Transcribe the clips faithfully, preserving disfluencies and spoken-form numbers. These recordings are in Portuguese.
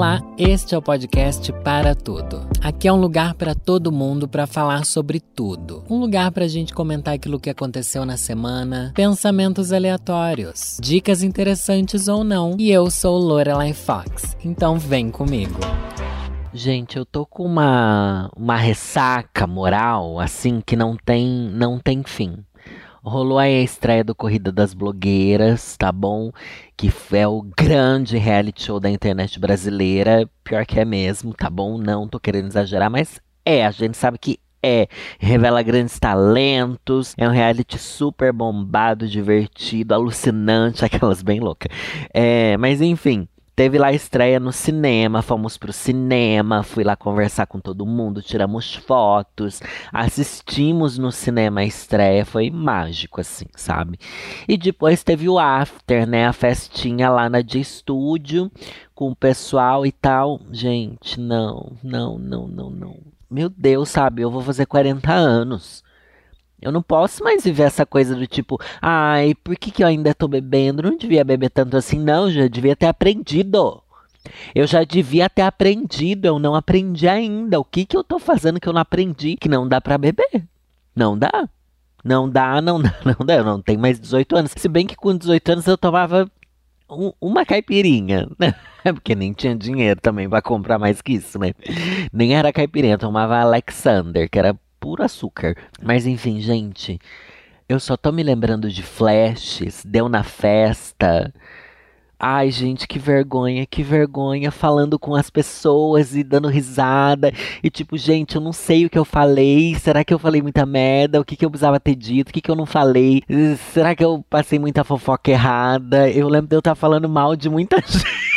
Olá, este é o podcast Para Tudo. Aqui é um lugar para todo mundo para falar sobre tudo. Um lugar para a gente comentar aquilo que aconteceu na semana, pensamentos aleatórios, dicas interessantes ou não. E eu sou Lorelai Fox, então vem comigo. Gente, eu tô com uma, uma ressaca moral, assim, que não tem, não tem fim. Rolou aí a estreia do Corrida das Blogueiras, tá bom? Que é o grande reality show da internet brasileira. Pior que é mesmo, tá bom? Não tô querendo exagerar, mas é, a gente sabe que é. Revela grandes talentos, é um reality super bombado, divertido, alucinante, aquelas bem loucas. É, mas enfim. Teve lá a estreia no cinema, fomos pro cinema, fui lá conversar com todo mundo, tiramos fotos, assistimos no cinema a estreia, foi mágico assim, sabe? E depois teve o after, né, a festinha lá na de estúdio, com o pessoal e tal. Gente, não, não, não, não, não. Meu Deus, sabe, eu vou fazer quarenta anos. Eu não posso mais viver essa coisa do tipo, ai, por que que eu ainda tô bebendo? Não devia beber tanto assim, não, já devia ter aprendido. Eu já devia ter aprendido, eu não aprendi ainda. O que que eu tô fazendo que eu não aprendi? Que não dá pra beber. Não dá. Não dá, não dá, não dá. Eu não tenho mais dezoito anos. Se bem que com dezoito anos eu tomava um- uma caipirinha, né? Porque nem tinha dinheiro também pra comprar mais que isso, né? Nem era caipirinha, eu tomava Alexander, que era puro açúcar. Mas enfim, gente, eu só tô me lembrando de flashes, deu na festa. Ai, gente, que vergonha, que vergonha, falando com as pessoas e dando risada. E tipo, gente, eu não sei o que eu falei. Será que eu falei muita merda? O que que eu precisava ter dito? O que que eu não falei? Eh, Será que eu passei muita fofoca errada? Eu lembro de eu estar falando mal de muita gente.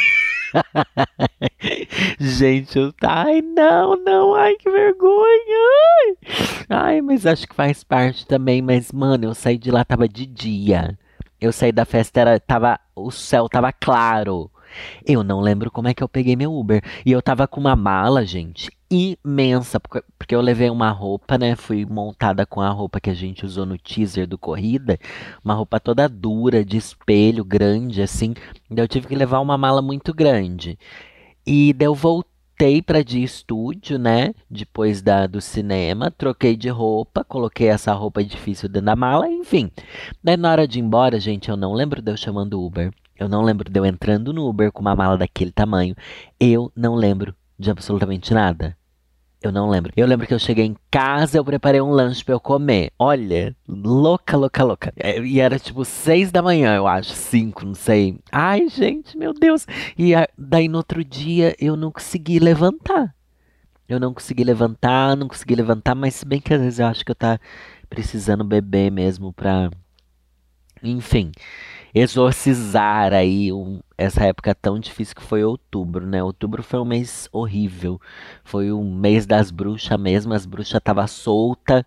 Gente, eu. Ai, não, não, ai, que vergonha. Ai, ai, mas acho que faz parte também. Mas, mano, eu saí de lá, tava de dia. Eu saí da festa, era, tava, o céu tava claro. Eu não lembro como é que eu peguei meu Uber. E eu tava com uma mala, gente, imensa. Porque, porque eu levei uma roupa, né? Fui montada com a roupa que a gente usou no teaser do Corrida. Uma roupa toda dura, de espelho, grande, assim. Daí eu tive que levar uma mala muito grande. E daí eu voltei pra de estúdio, né? Depois da, do cinema. Troquei de roupa, coloquei essa roupa difícil dentro da mala, enfim. Daí na hora de ir embora, gente, eu não lembro de eu chamando Uber. Eu não lembro de eu entrando no Uber com uma mala daquele tamanho. Eu não lembro de absolutamente nada. Eu não lembro. Eu lembro que eu cheguei em casa, eu preparei um lanche pra eu comer. Olha, louca, louca, louca. É, E era tipo seis da manhã, eu acho, cinco, não sei. Ai, gente, meu Deus. E a- daí no outro dia eu não consegui levantar. Eu não consegui levantar, não consegui levantar, mas se bem que às vezes eu acho que eu tá precisando beber mesmo pra, enfim, exorcizar aí um- essa época tão difícil que foi outubro, né? Outubro foi um mês horrível. Foi o mês das bruxas mesmo, as bruxas estavam soltas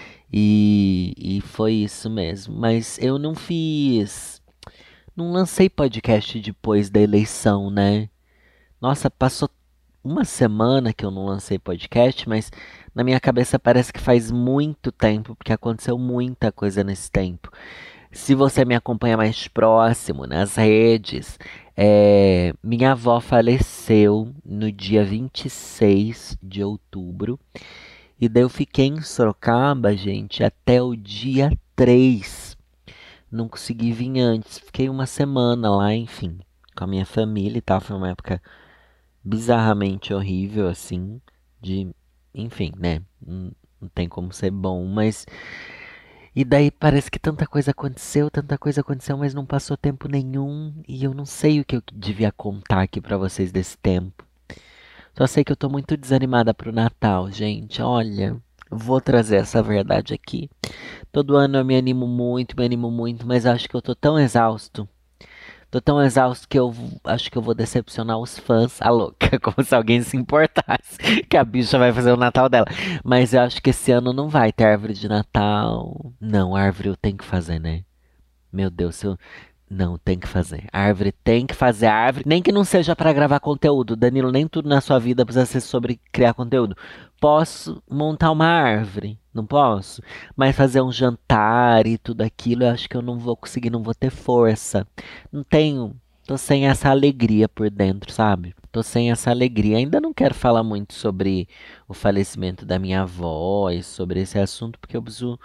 e, e foi isso mesmo. Mas eu não fiz, não lancei podcast depois da eleição, né? Nossa, passou uma semana que eu não lancei podcast, mas na minha cabeça parece que faz muito tempo, porque aconteceu muita coisa nesse tempo. Se você me acompanha mais próximo nas redes, é, minha avó faleceu no dia vinte e seis de outubro. E daí eu fiquei em Sorocaba, gente, até o dia três. Não consegui vir antes. Fiquei uma semana lá, enfim, com a minha família e tal. Foi uma época bizarramente horrível, assim, de, enfim, né? Não, não tem como ser bom, mas e daí parece que tanta coisa aconteceu, tanta coisa aconteceu, mas não passou tempo nenhum e eu não sei o que eu devia contar aqui pra vocês desse tempo. Só sei que eu tô muito desanimada pro Natal, gente. Olha, vou trazer essa verdade aqui. Todo ano eu me animo muito, me animo muito, mas acho que eu tô tão exausto. Tô tão exausto que eu v- acho que eu vou decepcionar os fãs. A louca, como se alguém se importasse que a bicha vai fazer o Natal dela. Mas eu acho que esse ano não vai ter árvore de Natal. Não, árvore eu tenho que fazer, né? Meu Deus, se eu... Não, tem que fazer. Árvore tem que fazer árvore. Nem que não seja pra gravar conteúdo. Danilo, nem tudo na sua vida precisa ser sobre criar conteúdo. Posso montar uma árvore, não posso? Mas fazer um jantar e tudo aquilo, eu acho que eu não vou conseguir, não vou ter força. Não tenho. tô sem essa alegria por dentro, sabe? Tô sem essa alegria. Ainda não quero falar muito sobre o falecimento da minha avó e sobre esse assunto, porque eu preciso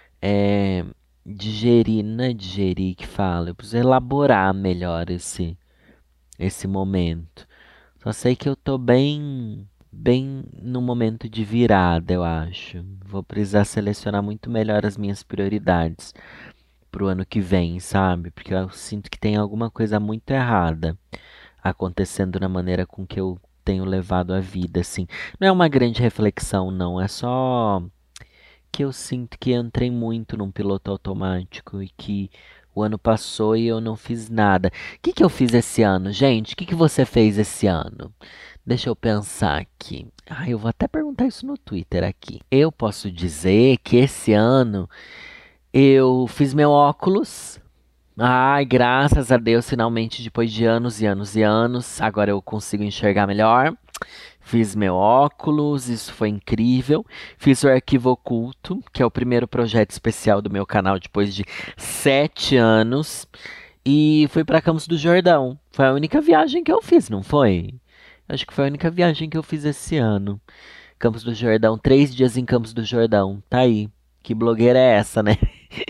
é, digerir, não é digerir que fala, eu preciso elaborar melhor esse, esse momento. Só sei que eu tô bem, bem no momento de virada, eu acho. Vou precisar selecionar muito melhor as minhas prioridades pro ano que vem, sabe? Porque eu sinto que tem alguma coisa muito errada acontecendo na maneira com que eu tenho levado a vida, assim. Não é uma grande reflexão, não. É só que eu sinto que entrei muito num piloto automático e que o ano passou e eu não fiz nada. O que que eu fiz esse ano, gente? O que que você fez esse ano? Deixa eu pensar aqui. Ah, eu vou até perguntar isso no Twitter aqui. Eu posso dizer que esse ano eu fiz meu óculos. Ai, graças a Deus, finalmente, depois de anos e anos e anos, agora eu consigo enxergar melhor. Fiz meu óculos, isso foi incrível. Fiz o Arquivo Oculto, que é o primeiro projeto especial do meu canal depois de sete anos. E fui para Campos do Jordão. Foi a única viagem que eu fiz, não foi? Acho que foi a única viagem que eu fiz esse ano. Campos do Jordão, três dias em Campos do Jordão. Tá aí. Que blogueira é essa, né?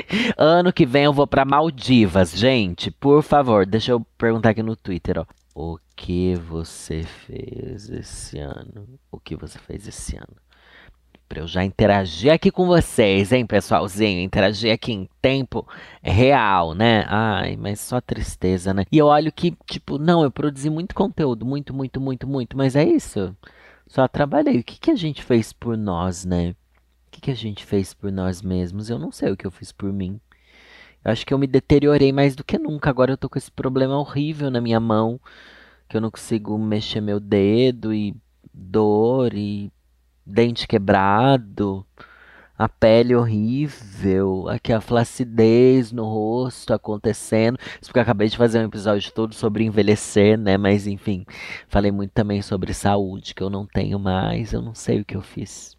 Ano que vem eu vou pra Maldivas, gente. Por favor, deixa eu perguntar aqui no Twitter, ó. O que você fez esse ano? O que você fez esse ano? Pra eu já interagir aqui com vocês, hein, pessoalzinho? Interagir aqui em tempo real, né? Ai, mas só tristeza, né? E eu olho que, tipo, não, eu produzi muito conteúdo, muito, muito, muito, muito, mas é isso. Só trabalhei. O que que a gente fez por nós, né? O que que a gente fez por nós mesmos? Eu não sei o que eu fiz por mim. Eu acho que eu me deteriorei mais do que nunca. Agora eu tô com esse problema horrível na minha mão, que eu não consigo mexer meu dedo e dor e dente quebrado, a pele horrível, aqui a flacidez no rosto acontecendo. Isso porque eu acabei de fazer um episódio todo sobre envelhecer, né? Mas enfim, falei muito também sobre saúde, que eu não tenho mais, eu não sei o que eu fiz.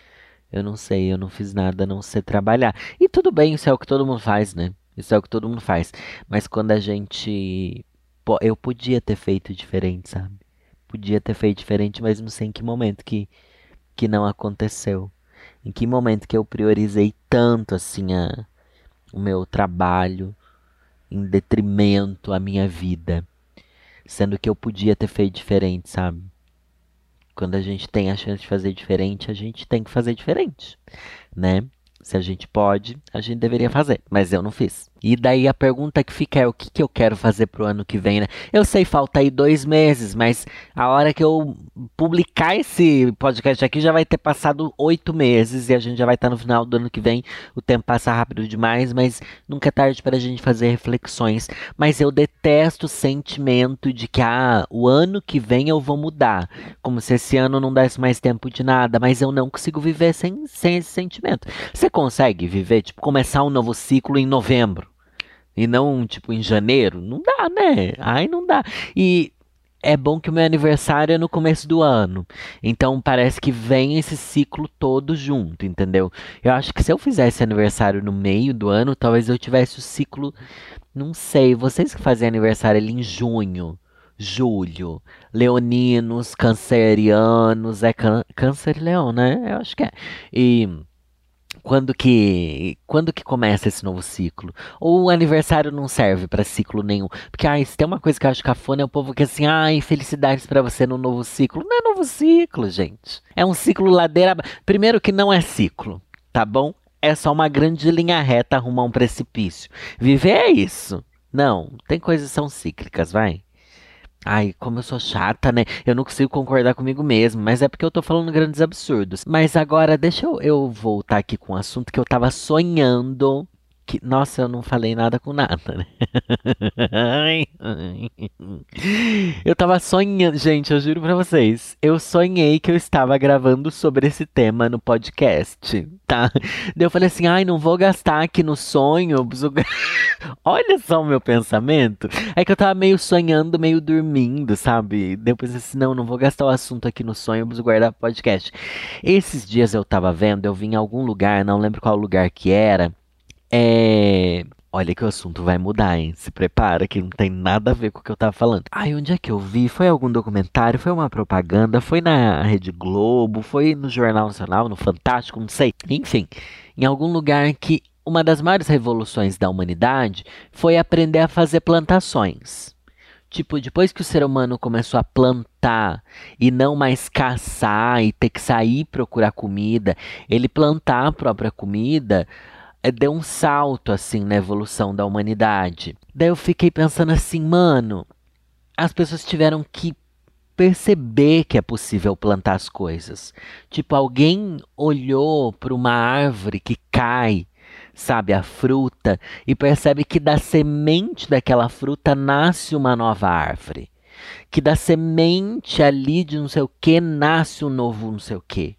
Eu não sei, eu não fiz nada a não ser trabalhar. E tudo bem, isso é o que todo mundo faz, né? Isso é o que todo mundo faz. Mas quando a gente. Pô, eu podia ter feito diferente, sabe? Podia ter feito diferente, mas não sei em que momento que, que não aconteceu. Em que momento que eu priorizei tanto assim a, o meu trabalho em detrimento à minha vida. Sendo que eu podia ter feito diferente, sabe? Quando a gente tem a chance de fazer diferente, a gente tem que fazer diferente, né? Se a gente pode, a gente deveria fazer, mas eu não fiz. E daí a pergunta que fica é o que, que eu quero fazer pro ano que vem, né? Eu sei, falta aí dois meses, mas a hora que eu publicar esse podcast aqui já vai ter passado oito meses e a gente já vai estar no final do ano que vem. O tempo passa rápido demais, mas nunca é tarde para a gente fazer reflexões. Mas eu detesto o sentimento de que ah, o ano que vem eu vou mudar. Como se esse ano não desse mais tempo de nada, mas eu não consigo viver sem, sem esse sentimento. Você consegue viver, tipo, começar um novo ciclo em novembro e não, tipo, em janeiro? Não dá, né? Ai, não dá. E é bom que o meu aniversário é no começo do ano. Então parece que vem esse ciclo todo junto, entendeu? Eu acho que se eu fizesse aniversário no meio do ano, talvez eu tivesse o ciclo. Não sei, vocês que fazem aniversário ali em junho, julho, leoninos, cancerianos, é can câncer e leão, né? Eu acho que é. E quando que, quando que começa esse novo ciclo? Ou o aniversário não serve pra ciclo nenhum? Porque, ai, se tem uma coisa que eu acho cafona é o povo que é assim, ai, felicidades pra você no novo ciclo. Não é novo ciclo, gente. É um ciclo ladeira. aba- Primeiro que não é ciclo, tá bom? É só uma grande linha reta rumo a um precipício. Viver é isso. Não, tem coisas que são cíclicas, vai. Ai, como eu sou chata, né? Eu não consigo concordar comigo mesmo, mas é porque eu tô falando grandes absurdos. Mas agora, deixa eu, eu voltar aqui com um assunto que eu tava sonhando. Que, nossa, eu não falei nada com nada, né? Ai, ai. Eu tava sonhando, gente, eu juro pra vocês. Eu sonhei que eu estava gravando sobre esse tema no podcast, tá? Daí eu falei assim, ai, não vou gastar aqui no sonho. eu preciso gra- Olha só o meu pensamento. É que eu tava meio sonhando, meio dormindo, sabe? Depois assim, não, não vou gastar o assunto aqui no sonho, eu preciso guardar pro podcast. Esses dias eu tava vendo, eu vi em algum lugar, não lembro qual lugar que era. É, Olha que o assunto vai mudar, hein? Se prepara que não tem nada a ver com o que eu tava falando. Ai, onde é que eu vi? Foi algum documentário? Foi uma propaganda? Foi na Rede Globo? Foi no Jornal Nacional? No Fantástico? Não sei. Enfim, em algum lugar que uma das maiores revoluções da humanidade foi aprender a fazer plantações. Tipo, depois que o ser humano começou a plantar e não mais caçar e ter que sair procurar comida, ele plantar a própria comida, eh, deu um salto assim na evolução da humanidade. Daí eu fiquei pensando assim, mano, as pessoas tiveram que perceber que é possível plantar as coisas. Tipo, alguém olhou para uma árvore que cai, sabe, a fruta, e percebe que da semente daquela fruta nasce uma nova árvore. Que da semente ali de não sei o que nasce um novo não sei o que.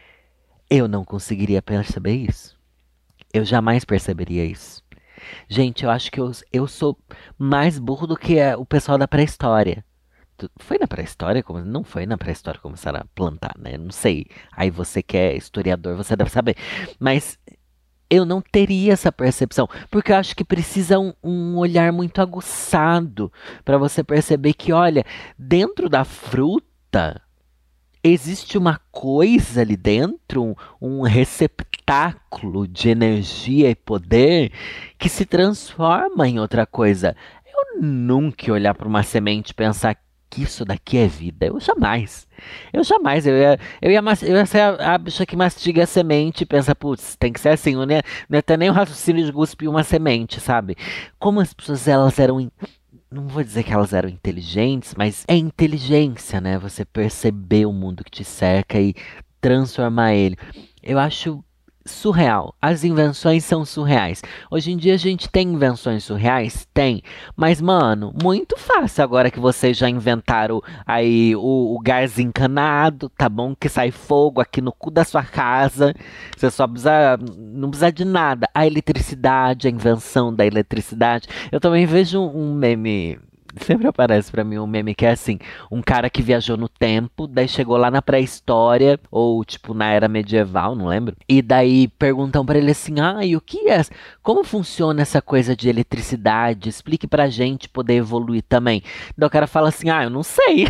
Eu não conseguiria perceber isso. Eu jamais perceberia isso. Gente, eu acho que eu, eu sou mais burro do que é, o pessoal da pré-história. Tu- Foi na pré-história? como- Não foi na pré-história que começaram a plantar, né? Não sei. Aí você que é historiador, você deve saber. Mas eu não teria essa percepção, porque eu acho que precisa um, um olhar muito aguçado para você perceber que, olha, dentro da fruta existe uma coisa ali dentro, um, um receptáculo de energia e poder que se transforma em outra coisa. Eu nunca ia olhar para uma semente e pensar que isso daqui é vida. Eu jamais. Eu jamais. Eu ia, eu ia, mas- eu ia ser a, a bicha que mastiga a semente e pensa, putz, tem que ser assim. Não é, não é ter nem o raciocínio de cuspir uma semente, sabe? Como as pessoas elas eram não vou dizer que elas eram inteligentes, mas é inteligência, né? Você perceber o mundo que te cerca e transformar ele. Eu acho surreal. As invenções são surreais. Hoje em dia a gente tem invenções surreais? Tem. Mas, mano, muito fácil agora que vocês já inventaram aí o, o gás encanado, tá bom? Que sai fogo aqui no cu da sua casa. Você só precisa, não precisa de nada. A eletricidade, a invenção da eletricidade. Eu também vejo um meme. Sempre aparece pra mim um meme que é assim, um cara que viajou no tempo, daí chegou lá na pré-história, ou tipo na era medieval, não lembro. E daí perguntam pra ele assim, ah, e o que é? Como funciona essa coisa de eletricidade? Explique pra gente poder evoluir também. Daí o cara fala assim, ah, eu não sei.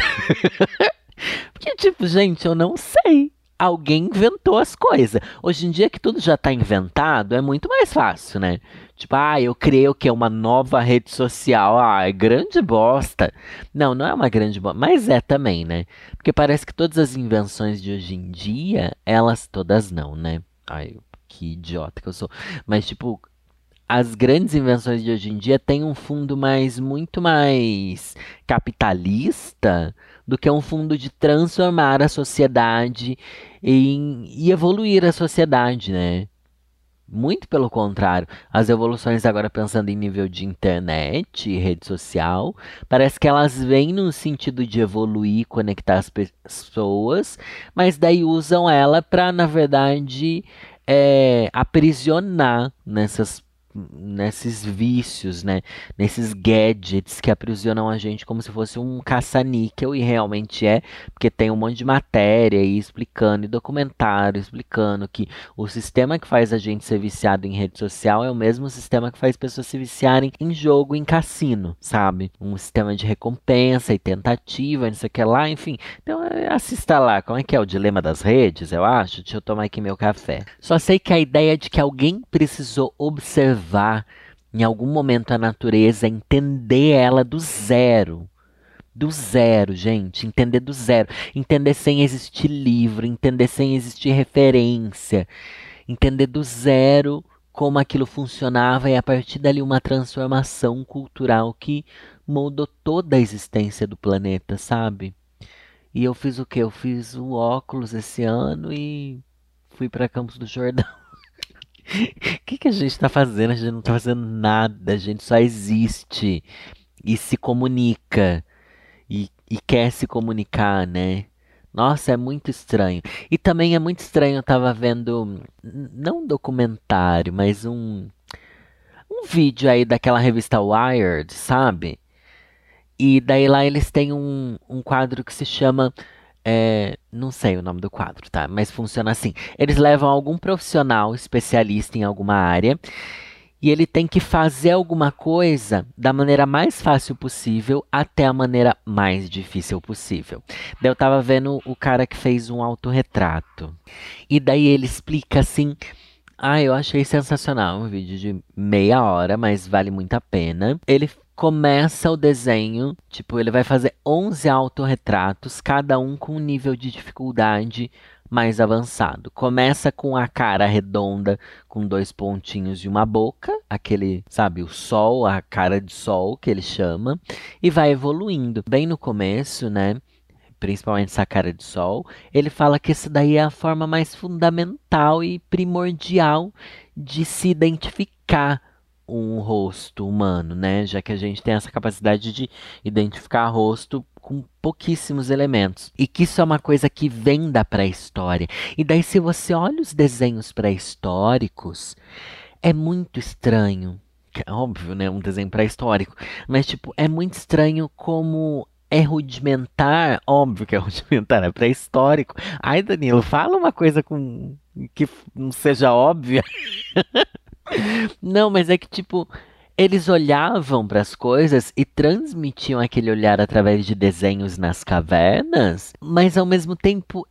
Porque, tipo, gente, eu não sei. Alguém inventou as coisas. Hoje em dia que tudo já tá inventado, é muito mais fácil, né? Tipo, ah, eu criei o que é uma nova rede social. Ah, é grande bosta. Não, não é uma grande bosta, mas é também, né? Porque parece que todas as invenções de hoje em dia, elas todas não, né? Ai, que idiota que eu sou. Mas, tipo, as grandes invenções de hoje em dia têm um fundo mais muito mais capitalista do que um fundo de transformar a sociedade em, e evoluir a sociedade, né? Muito pelo contrário, as evoluções agora pensando em nível de internet e rede social, parece que elas vêm no sentido de evoluir, conectar as pessoas, mas daí usam ela para, na verdade, é, aprisionar nessas nesses vícios, né? Nesses gadgets que aprisionam a gente como se fosse um caça-níquel, e realmente é, porque tem um monte de matéria aí explicando, e documentário explicando que o sistema que faz a gente ser viciado em rede social é o mesmo sistema que faz pessoas se viciarem em jogo, em cassino, sabe? Um sistema de recompensa e tentativa, não sei o que lá, enfim. Então é, assista lá, como é que é o dilema das redes, eu acho? Deixa eu tomar aqui meu café. Só sei que a ideia de que alguém precisou observar em algum momento a natureza, entender ela do zero. Do zero, gente. Entender do zero. Entender sem existir livro, entender sem existir referência. Entender do zero como aquilo funcionava e a partir dali uma transformação cultural que moldou toda a existência do planeta, sabe? E eu fiz o quê? Eu fiz o óculos esse ano e fui para Campos do Jordão. O que que a gente tá fazendo? A gente não tá fazendo nada, a gente só existe e se comunica e, e quer se comunicar, né? Nossa, é muito estranho. E também é muito estranho, eu tava vendo, n- não um documentário, mas um, um vídeo aí daquela revista Wired, sabe? E daí lá eles têm um, um quadro que se chama. É, não sei o nome do quadro, tá? Mas funciona assim. Eles levam algum profissional especialista em alguma área. E ele tem que fazer alguma coisa da maneira mais fácil possível até a maneira mais difícil possível. Daí eu tava vendo o cara que fez um autorretrato. E daí ele explica assim. Ah, eu achei sensacional. Um vídeo de meia hora, mas vale muito a pena. Ele começa o desenho, tipo, ele vai fazer onze autorretratos, cada um com um nível de dificuldade mais avançado. Começa com a cara redonda, com dois pontinhos e uma boca, aquele, sabe, o sol, a cara de sol que ele chama, e vai evoluindo. Bem no começo, né? Principalmente essa cara de sol, ele fala que isso daí é a forma mais fundamental e primordial de se identificar um rosto humano, né? Já que a gente tem essa capacidade de identificar rosto com pouquíssimos elementos. E que isso é uma coisa que vem da pré-história. E daí, se você olha os desenhos pré-históricos, é muito estranho. É óbvio, né? Um desenho pré-histórico. Mas, tipo, é muito estranho como é rudimentar. Óbvio que é rudimentar, é pré-histórico. Ai, Danilo, fala uma coisa com que não seja óbvia. Não, mas é que, tipo, eles olhavam para as coisas e transmitiam aquele olhar através de desenhos nas cavernas, mas ao mesmo tempo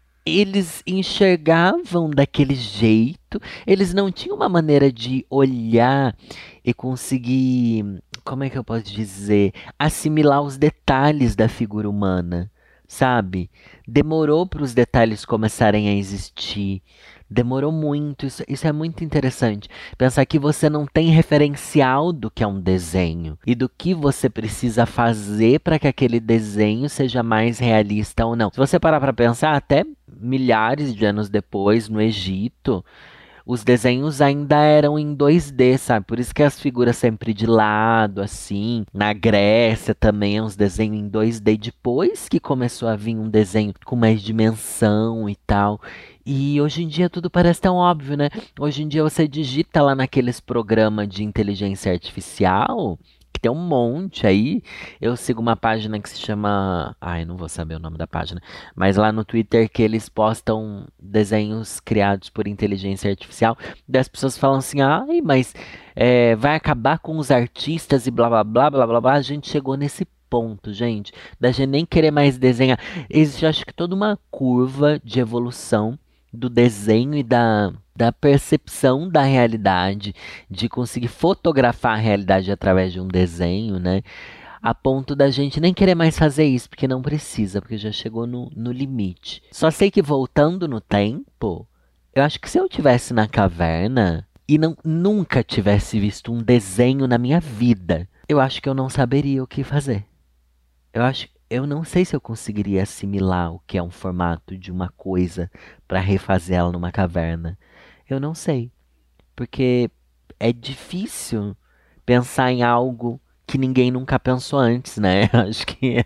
eles enxergavam daquele jeito, eles não tinham uma maneira de olhar e conseguir, como é que eu posso dizer, assimilar os detalhes da figura humana, sabe? Demorou para os detalhes começarem a existir. Demorou muito, isso, isso é muito interessante. Pensar que você não tem referencial do que é um desenho e do que você precisa fazer para que aquele desenho seja mais realista ou não. Se você parar para pensar, até milhares de anos depois, no Egito, os desenhos ainda eram em dois D, sabe? Por isso que as figuras sempre de lado, assim. Na Grécia também é uns desenhos em dois D. Depois que começou a vir um desenho com mais dimensão e tal. E hoje em dia tudo parece tão óbvio, né? Hoje em dia você digita lá naqueles programas de inteligência artificial, que tem um monte aí. Eu sigo uma página que se chama. Ai, não vou saber o nome da página. Mas lá no Twitter que eles postam desenhos criados por inteligência artificial. Daí as pessoas falam assim, ai, mas é, vai acabar com os artistas e blá blá blá blá blá blá. A gente chegou nesse ponto, gente, da gente nem querer mais desenhar. Existe, acho que, toda uma curva de evolução do desenho e da, da percepção da realidade, de conseguir fotografar a realidade através de um desenho, né? A ponto da gente nem querer mais fazer isso, porque não precisa, porque já chegou no, no limite. Só sei que voltando no tempo, eu acho que se eu tivesse na caverna e não, nunca tivesse visto um desenho na minha vida, eu acho que eu não saberia o que fazer. Eu acho, eu não sei se eu conseguiria assimilar o que é um formato de uma coisa para refazer ela numa caverna. Eu não sei, porque é difícil pensar em algo que ninguém nunca pensou antes, né? Acho que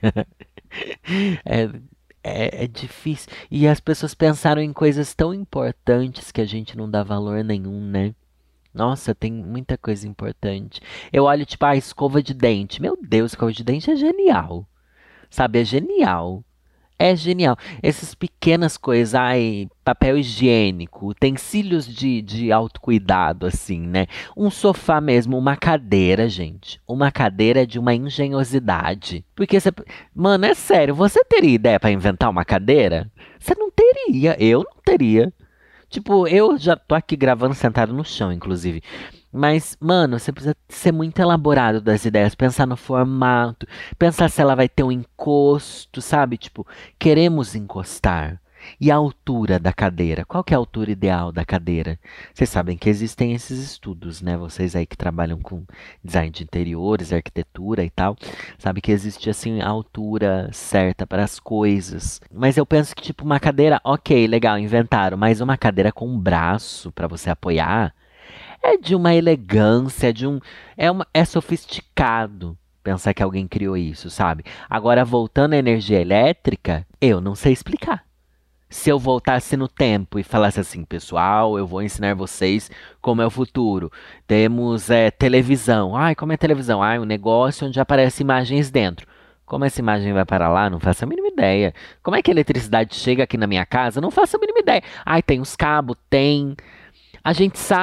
é, é, é difícil. E as pessoas pensaram em coisas tão importantes que a gente não dá valor nenhum, né? Nossa, tem muita coisa importante. Eu olho, tipo, a escova de dente. Meu Deus, escova de dente é genial. Sabe, é genial. É genial. Essas pequenas coisas, ai, papel higiênico, utensílios de, de autocuidado, assim, né? Um sofá mesmo, uma cadeira, gente. Uma cadeira de uma engenhosidade. Porque você. Mano, é sério, você teria ideia pra inventar uma cadeira? Você não teria, eu não teria. Tipo, eu já tô aqui gravando sentado no chão, inclusive. Mas, mano, você precisa ser muito elaborado das ideias, pensar no formato, pensar se ela vai ter um encosto, sabe? Tipo, queremos encostar. E a altura da cadeira? Qual que é a altura ideal da cadeira? Vocês sabem que existem esses estudos, né? Vocês aí que trabalham com design de interiores, arquitetura e tal, sabe que existe assim a altura certa para as coisas. Mas eu penso que tipo uma cadeira, ok, legal, inventaram, mas uma cadeira com um braço para você apoiar é de uma elegância, de um é uma é sofisticado. Pensar que alguém criou isso, sabe? Agora, voltando à energia elétrica, eu não sei explicar. Se eu voltasse no tempo e falasse assim, pessoal, eu vou ensinar vocês como é o futuro. Temos é, televisão. Ai, como é televisão? Ai, um negócio onde aparecem imagens dentro. Como essa imagem vai para lá? Não faço a mínima ideia. Como é que a eletricidade chega aqui na minha casa? Não faço a mínima ideia. Ai, tem os cabos? Tem. A gente sabe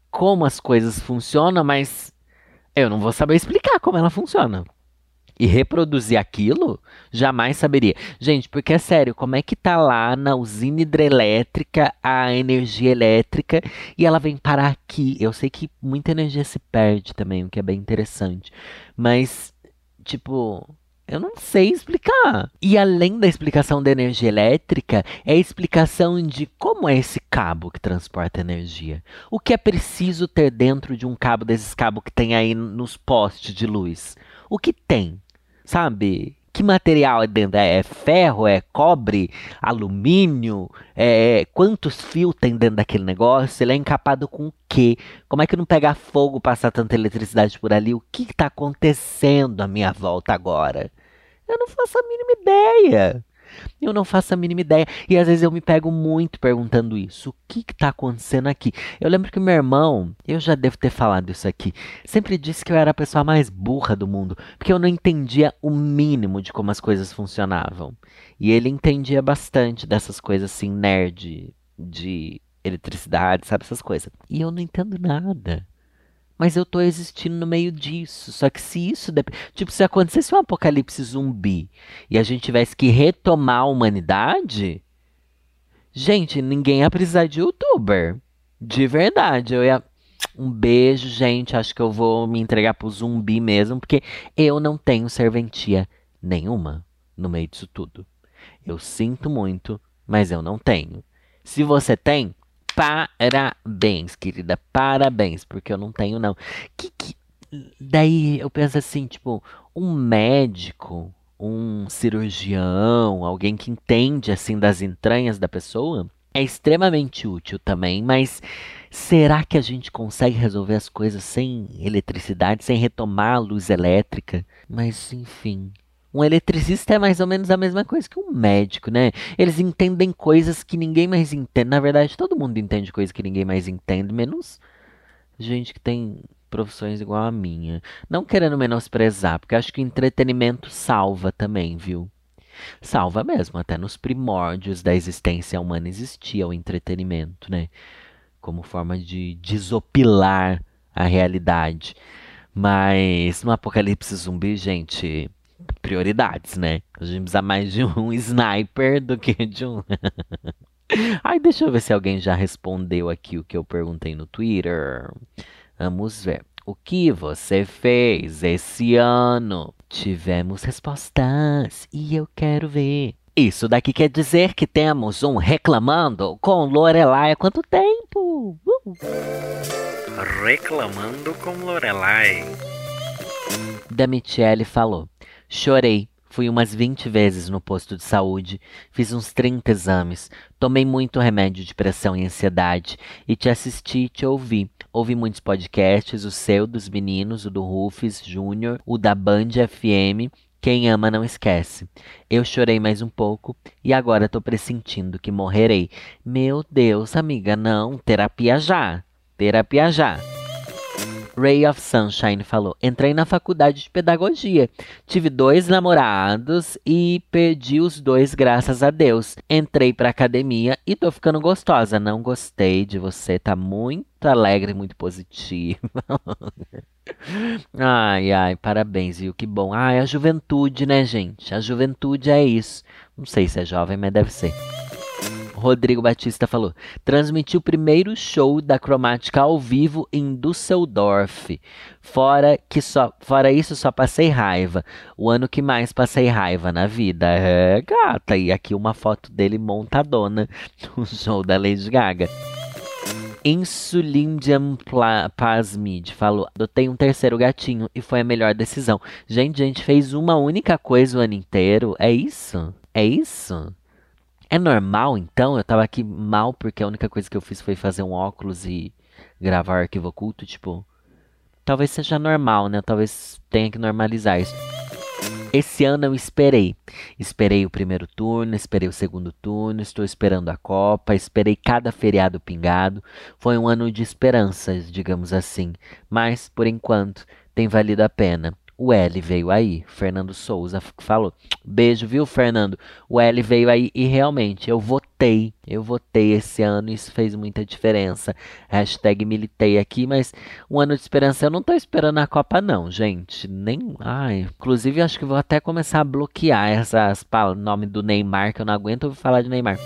como as coisas funcionam, mas eu não vou saber explicar como ela funciona. E reproduzir aquilo, jamais saberia. Gente, porque é sério, como é que tá lá na usina hidrelétrica a energia elétrica e ela vem parar aqui? Eu sei que muita energia se perde também, o que é bem interessante. Mas, tipo, eu não sei explicar. E além da explicação da energia elétrica, é a explicação de como é esse cabo que transporta energia. O que é preciso ter dentro de um cabo desses cabos que tem aí nos postes de luz? O que tem? Sabe? Que material é dentro? É ferro? É cobre? Alumínio? É, quantos fios tem dentro daquele negócio? Ele é encapado com o quê? Como é que não pega fogo passar tanta eletricidade por ali? O que está acontecendo à minha volta agora? Eu não faço a mínima ideia. Eu não faço a mínima ideia. E às vezes eu me pego muito perguntando isso. O que está acontecendo aqui? Eu lembro que meu irmão, eu já devo ter falado isso aqui, sempre disse que eu era a pessoa mais burra do mundo, porque eu não entendia o mínimo de como as coisas funcionavam. E ele entendia bastante dessas coisas assim, nerd, de eletricidade, sabe, essas coisas. E eu não entendo nada. Mas eu tô existindo no meio disso. Só que se isso... dep- Tipo, se acontecesse um apocalipse zumbi e a gente tivesse que retomar a humanidade, gente, ninguém ia precisar de youtuber. De verdade. Eu ia... Um beijo, gente. Acho que eu vou me entregar pro zumbi mesmo, porque eu não tenho serventia nenhuma no meio disso tudo. Eu sinto muito, mas eu não tenho. Se você tem, parabéns, querida, parabéns, porque eu não tenho, não. Que, que... Daí eu penso assim, tipo, um médico, um cirurgião, alguém que entende, assim, das entranhas da pessoa, é extremamente útil também, mas será que a gente consegue resolver as coisas sem eletricidade, sem retomar a luz elétrica? Mas, enfim... Um eletricista é mais ou menos a mesma coisa que um médico, né? Eles entendem coisas que ninguém mais entende. Na verdade, todo mundo entende coisas que ninguém mais entende, menos gente que tem profissões igual a minha. Não querendo menosprezar, porque acho que o entretenimento salva também, viu? Salva mesmo, até nos primórdios da existência humana existia o entretenimento, né? Como forma de desopilar a realidade. Mas no apocalipse zumbi, gente, prioridades, né? A gente precisa mais de um sniper do que de um. Ai, deixa eu ver se alguém já respondeu aqui o que eu perguntei no Twitter. Vamos ver. O que você fez esse ano? Tivemos respostas e eu quero ver. Isso daqui quer dizer que temos um reclamando com Lorelai há quanto tempo? Uh! Reclamando com Lorelai. Da Michele falou: chorei, fui umas vinte vezes no posto de saúde, fiz uns trinta exames, tomei muito remédio de pressão e ansiedade, e te assisti e te ouvi. Ouvi muitos podcasts, o seu, dos meninos, o do Rufus Júnior, o da Band F M. Quem ama não esquece. Eu chorei mais um pouco e agora tô pressentindo que morrerei. Meu Deus, amiga, não, terapia já. Terapia já. Ray of Sunshine falou: entrei na faculdade de pedagogia. Tive dois namorados e perdi os dois, graças a Deus. Entrei pra academia e tô ficando gostosa. Não gostei de você, tá muito alegre, muito positiva. Ai, ai, parabéns, viu? Que bom. Ai, a juventude, né, gente? A juventude é isso. Não sei se é jovem, mas deve ser. Rodrigo Batista falou: transmiti o primeiro show da Cromática ao vivo em Düsseldorf. Fora que só, fora isso, só passei raiva. O ano que mais passei raiva na vida. É, gata. E aqui uma foto dele montadona no show da Lady Gaga. Insulindium pla- Plasmid falou: adotei um terceiro gatinho e foi a melhor decisão. Gente, a gente fez uma única coisa o ano inteiro. É isso? É isso? É normal, então? Eu tava aqui mal porque a única coisa que eu fiz foi fazer um óculos e gravar arquivo oculto, tipo... Talvez seja normal, né? Talvez tenha que normalizar isso. Esse ano eu esperei. Esperei o primeiro turno, esperei o segundo turno, estou esperando a Copa, esperei cada feriado pingado. Foi um ano de esperanças, digamos assim. Mas, por enquanto, tem valido a pena. O L veio aí. Fernando Souza f- falou. Beijo, viu, Fernando? O L veio aí e realmente eu votei. Eu votei esse ano, isso fez muita diferença. Hashtag militei aqui, mas um ano de esperança. Eu não tô esperando a Copa, não, gente. Nem. Ai. Inclusive, acho que vou até começar a bloquear essas palavras. Nome do Neymar, que eu não aguento ouvir falar de Neymar.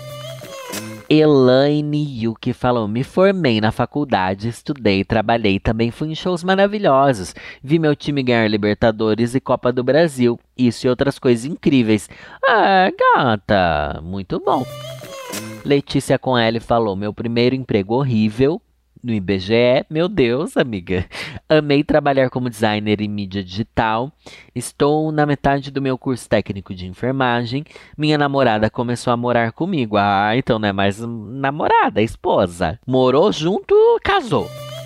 Elaine Yuki falou: Me formei na faculdade, estudei, trabalhei, também fui em shows maravilhosos. Vi meu time ganhar Libertadores e Copa do Brasil. Isso e outras coisas incríveis. Ah, gata, muito bom. Letícia com L falou: Meu primeiro emprego horrível no I B G E. Meu Deus, amiga. Amei trabalhar como designer em mídia digital. Estou na metade do meu curso técnico de enfermagem. Minha namorada começou a morar comigo. Ah, então não é mais namorada, é esposa. Morou junto, casou.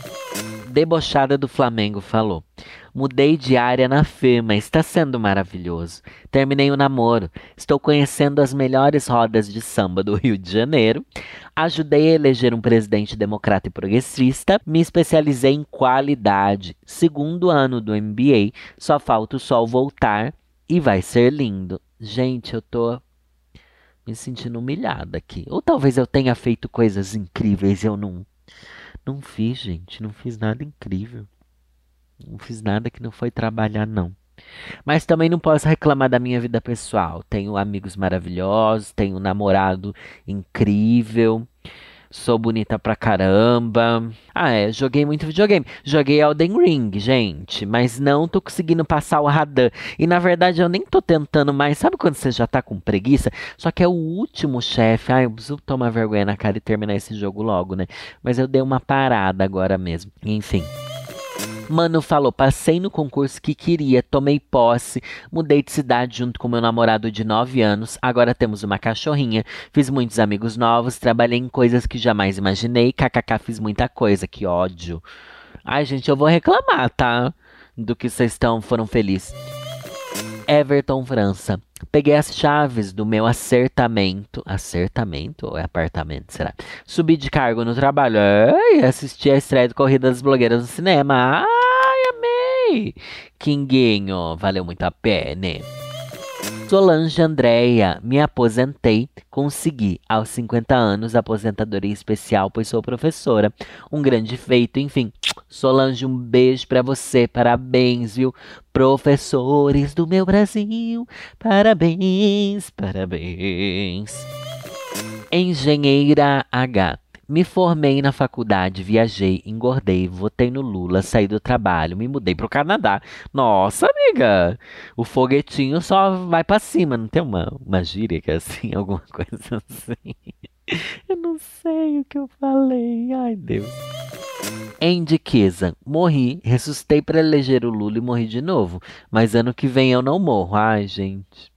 Debochada do Flamengo falou: Mudei de área na firma, está sendo maravilhoso. Terminei o namoro, estou conhecendo as melhores rodas de samba do Rio de Janeiro. Ajudei a eleger um presidente democrata e progressista. Me especializei em qualidade. Segundo ano do M B A, só falta o sol voltar e vai ser lindo. Gente, eu tô me sentindo humilhada aqui. Ou talvez eu tenha feito coisas incríveis e eu não, não fiz, gente. Não fiz nada incrível. Não fiz nada que não foi trabalhar, não. Mas também não posso reclamar da minha vida pessoal. Tenho amigos maravilhosos, tenho um namorado incrível, sou bonita pra caramba. Ah, é, joguei muito videogame. Joguei Elden Ring, gente, mas não tô conseguindo passar o Radan. E na verdade eu nem tô tentando mais. Sabe quando você já tá com preguiça? Só que é o último chefe. Ai, eu preciso tomar vergonha na cara e terminar esse jogo logo, né? Mas eu dei uma parada agora mesmo. Enfim. Mano falou, passei no concurso que queria, tomei posse, mudei de cidade junto com meu namorado de nove anos, agora temos uma cachorrinha, fiz muitos amigos novos, trabalhei em coisas que jamais imaginei, kkk, fiz muita coisa, que ódio. Ai, gente, eu vou reclamar, tá? Do que vocês estão, foram felizes. Everton França. Peguei as chaves do meu acertamento. Acertamento ou é apartamento, será? Subi de cargo no trabalho. Ai, assisti a estreia do Corrida das Blogueiras no cinema. Ai, amei! Kinguinho, valeu muito a pena. Solange Andréia, me aposentei, consegui aos cinquenta anos aposentadoria especial, pois sou professora. Um grande feito, enfim. Solange, um beijo pra você, parabéns, viu? Professores do meu Brasil, parabéns, parabéns. Engenheira H. Me formei na faculdade, viajei, engordei, votei no Lula, saí do trabalho, me mudei pro Canadá. Nossa, amiga, o foguetinho só vai pra cima, não tem uma, uma gíria que é assim, alguma coisa assim. Eu não sei o que eu falei, ai Deus. Andy Kizan, morri, ressuscitei pra eleger o Lula e morri de novo. Mas ano que vem eu não morro, ai gente.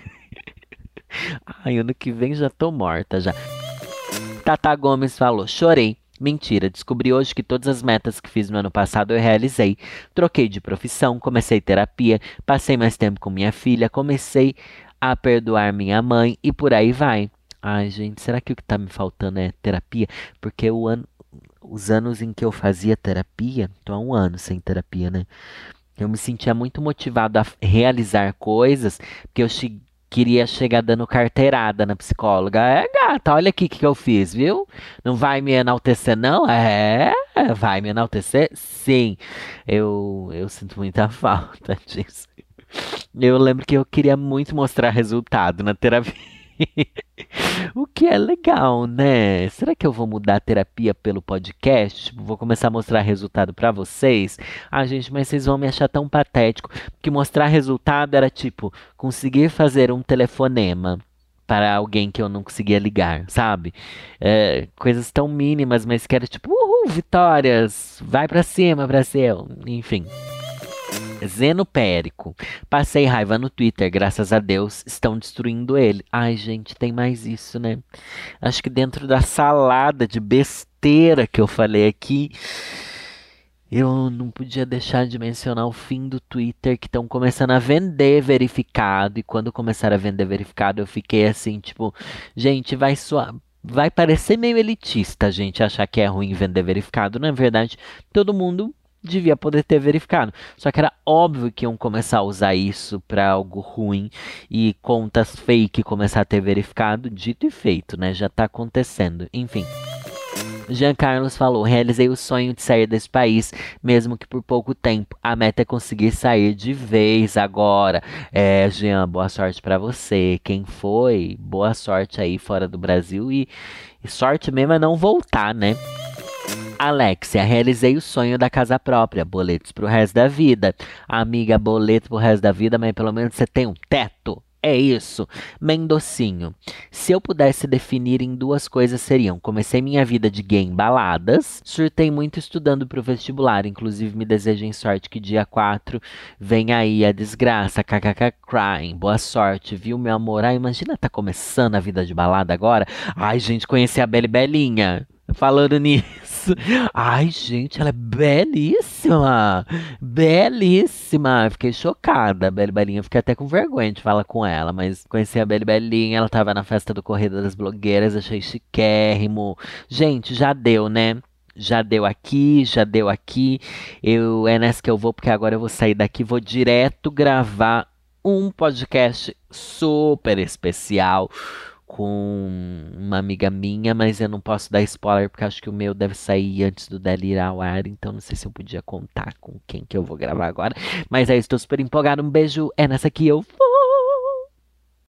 Ai, ano que vem já tô morta já. Tata Gomes falou, chorei. Mentira, descobri hoje que todas as metas que fiz no ano passado eu realizei. Troquei de profissão, comecei terapia, passei mais tempo com minha filha, comecei a perdoar minha mãe e por aí vai. Ai, gente, será que o que tá me faltando é terapia? Porque o ano, os anos em que eu fazia terapia, tô há um ano sem terapia, né? Eu me sentia muito motivado a realizar coisas, porque eu che- queria chegar dando carteirada na psicóloga. É, gata, olha aqui o que, que eu fiz, viu? Não vai me enaltecer, não? É, vai me enaltecer? Sim, eu, eu sinto muita falta disso. Eu lembro que eu queria muito mostrar resultado na terapia. O que é legal, né? Será que eu vou mudar a terapia pelo podcast? Tipo, vou começar a mostrar resultado pra vocês? Ah, gente, mas vocês vão me achar tão patético. Que mostrar resultado era tipo, conseguir fazer um telefonema para alguém que eu não conseguia ligar, sabe? É, coisas tão mínimas, mas que era tipo, uhul, vitórias, vai pra cima, Brasil. Enfim. Zeno Périco. Passei raiva no Twitter, graças a Deus, estão destruindo ele. Ai, gente, tem mais isso, né? Acho que dentro da salada de besteira que eu falei aqui, eu não podia deixar de mencionar o fim do Twitter, que estão começando a vender verificado. E quando começaram a vender verificado, eu fiquei assim, tipo, gente, vai soar. Vai parecer meio elitista a gente achar que é ruim vender verificado. Na verdade, todo mundo devia poder ter verificado. Só que era óbvio que iam começar a usar isso pra algo ruim e contas fake começar a ter verificado, dito e feito, né? Já tá acontecendo. Enfim. Jean Carlos falou: realizei o sonho de sair desse país, mesmo que por pouco tempo. A meta é conseguir sair de vez agora. É, Jean, boa sorte pra você. Quem foi, boa sorte aí fora do Brasil e, e sorte mesmo é não voltar, né? Alexia, realizei o sonho da casa própria. Boletos pro resto da vida. Amiga, boleto pro resto da vida, mas pelo menos você tem um teto. É isso. Mendocinho. Se eu pudesse definir em duas coisas seriam: comecei minha vida de gay em baladas, surtei muito estudando pro vestibular, inclusive me desejem sorte que dia quatro vem aí a desgraça, kkk crying. Boa sorte, viu, meu amor? Ah, imagina tá começando a vida de balada agora. Ai, gente, conheci a Beli Belinha. Falando nisso. Ai, gente, ela é belíssima. Belíssima. Fiquei chocada. A Beli Belinha, fiquei até com vergonha de falar com ela. Mas conheci a Beli Belinha. Ela tava na festa do Corrida das Blogueiras. Achei chiquérrimo. Gente, já deu, né? Já deu aqui, já deu aqui. Eu, é nessa que eu vou, porque agora eu vou sair daqui. Vou direto gravar um podcast super especial com uma amiga minha, mas eu não posso dar spoiler porque acho que o meu deve sair antes do dela ir ao ar, então não sei se eu podia contar com quem que eu vou gravar agora. Mas é isso, estou super empolgado. Um beijo, é nessa que eu